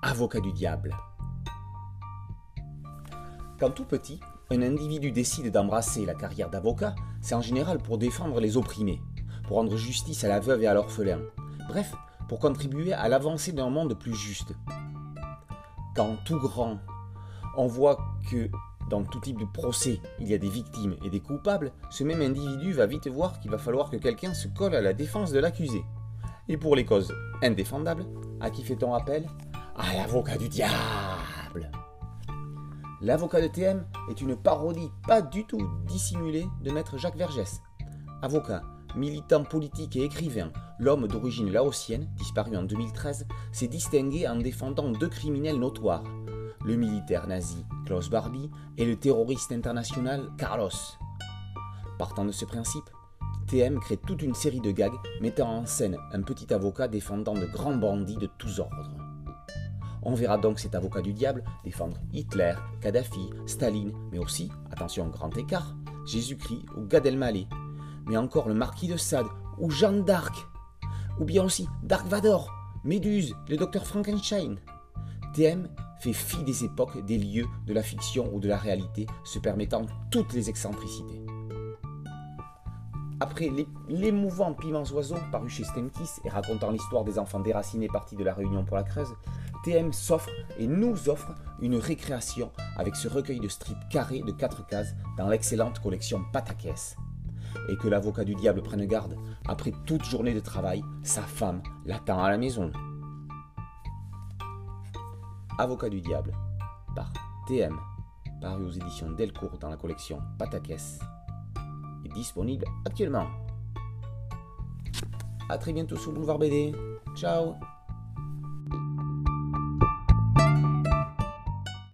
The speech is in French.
avocat du diable. Quand tout petit, un individu décide d'embrasser la carrière d'avocat, c'est en général pour défendre les opprimés, pour rendre justice à la veuve et à l'orphelin, bref, pour contribuer à l'avancée d'un monde plus juste. Quand tout grand, on voit que dans tout type de procès, il y a des victimes et des coupables, ce même individu va vite voir qu'il va falloir que quelqu'un se colle à la défense de l'accusé. Et pour les causes indéfendables, à qui fait-on appel? À l'avocat du diable. L'avocat de TM est une parodie pas du tout dissimulée de maître Jacques Vergès. Avocat, militant politique et écrivain, l'homme d'origine laotienne, disparu en 2013, s'est distingué en défendant deux criminels notoires, le militaire nazi Klaus Barbie et le terroriste international Carlos. Partant de ce principe, TM crée toute une série de gags mettant en scène un petit avocat défendant de grands bandits de tous ordres. On verra donc cet avocat du diable défendre Hitler, Kadhafi, Staline, mais aussi, attention grand écart, Jésus-Christ ou Gad Elmaleh, mais encore le marquis de Sade ou Jeanne d'Arc, ou bien aussi Dark Vador, Méduse, le docteur Frankenstein. TM fait fi des époques, des lieux, de la fiction ou de la réalité, se permettant toutes les excentricités. Après l'émouvant Piments Oiseaux, paru chez Steinkiss et racontant l'histoire des enfants déracinés partis de la Réunion pour la Creuse, TM s'offre et nous offre une récréation avec ce recueil de strips carrés de 4 cases dans l'excellente collection Patakès. Et que l'avocat du diable prenne garde, après toute journée de travail, sa femme l'attend à la maison. Avocat du diable, par TM, paru aux éditions Delcourt dans la collection Patakès, est disponible actuellement. A très bientôt sur Boulevard BD. Ciao.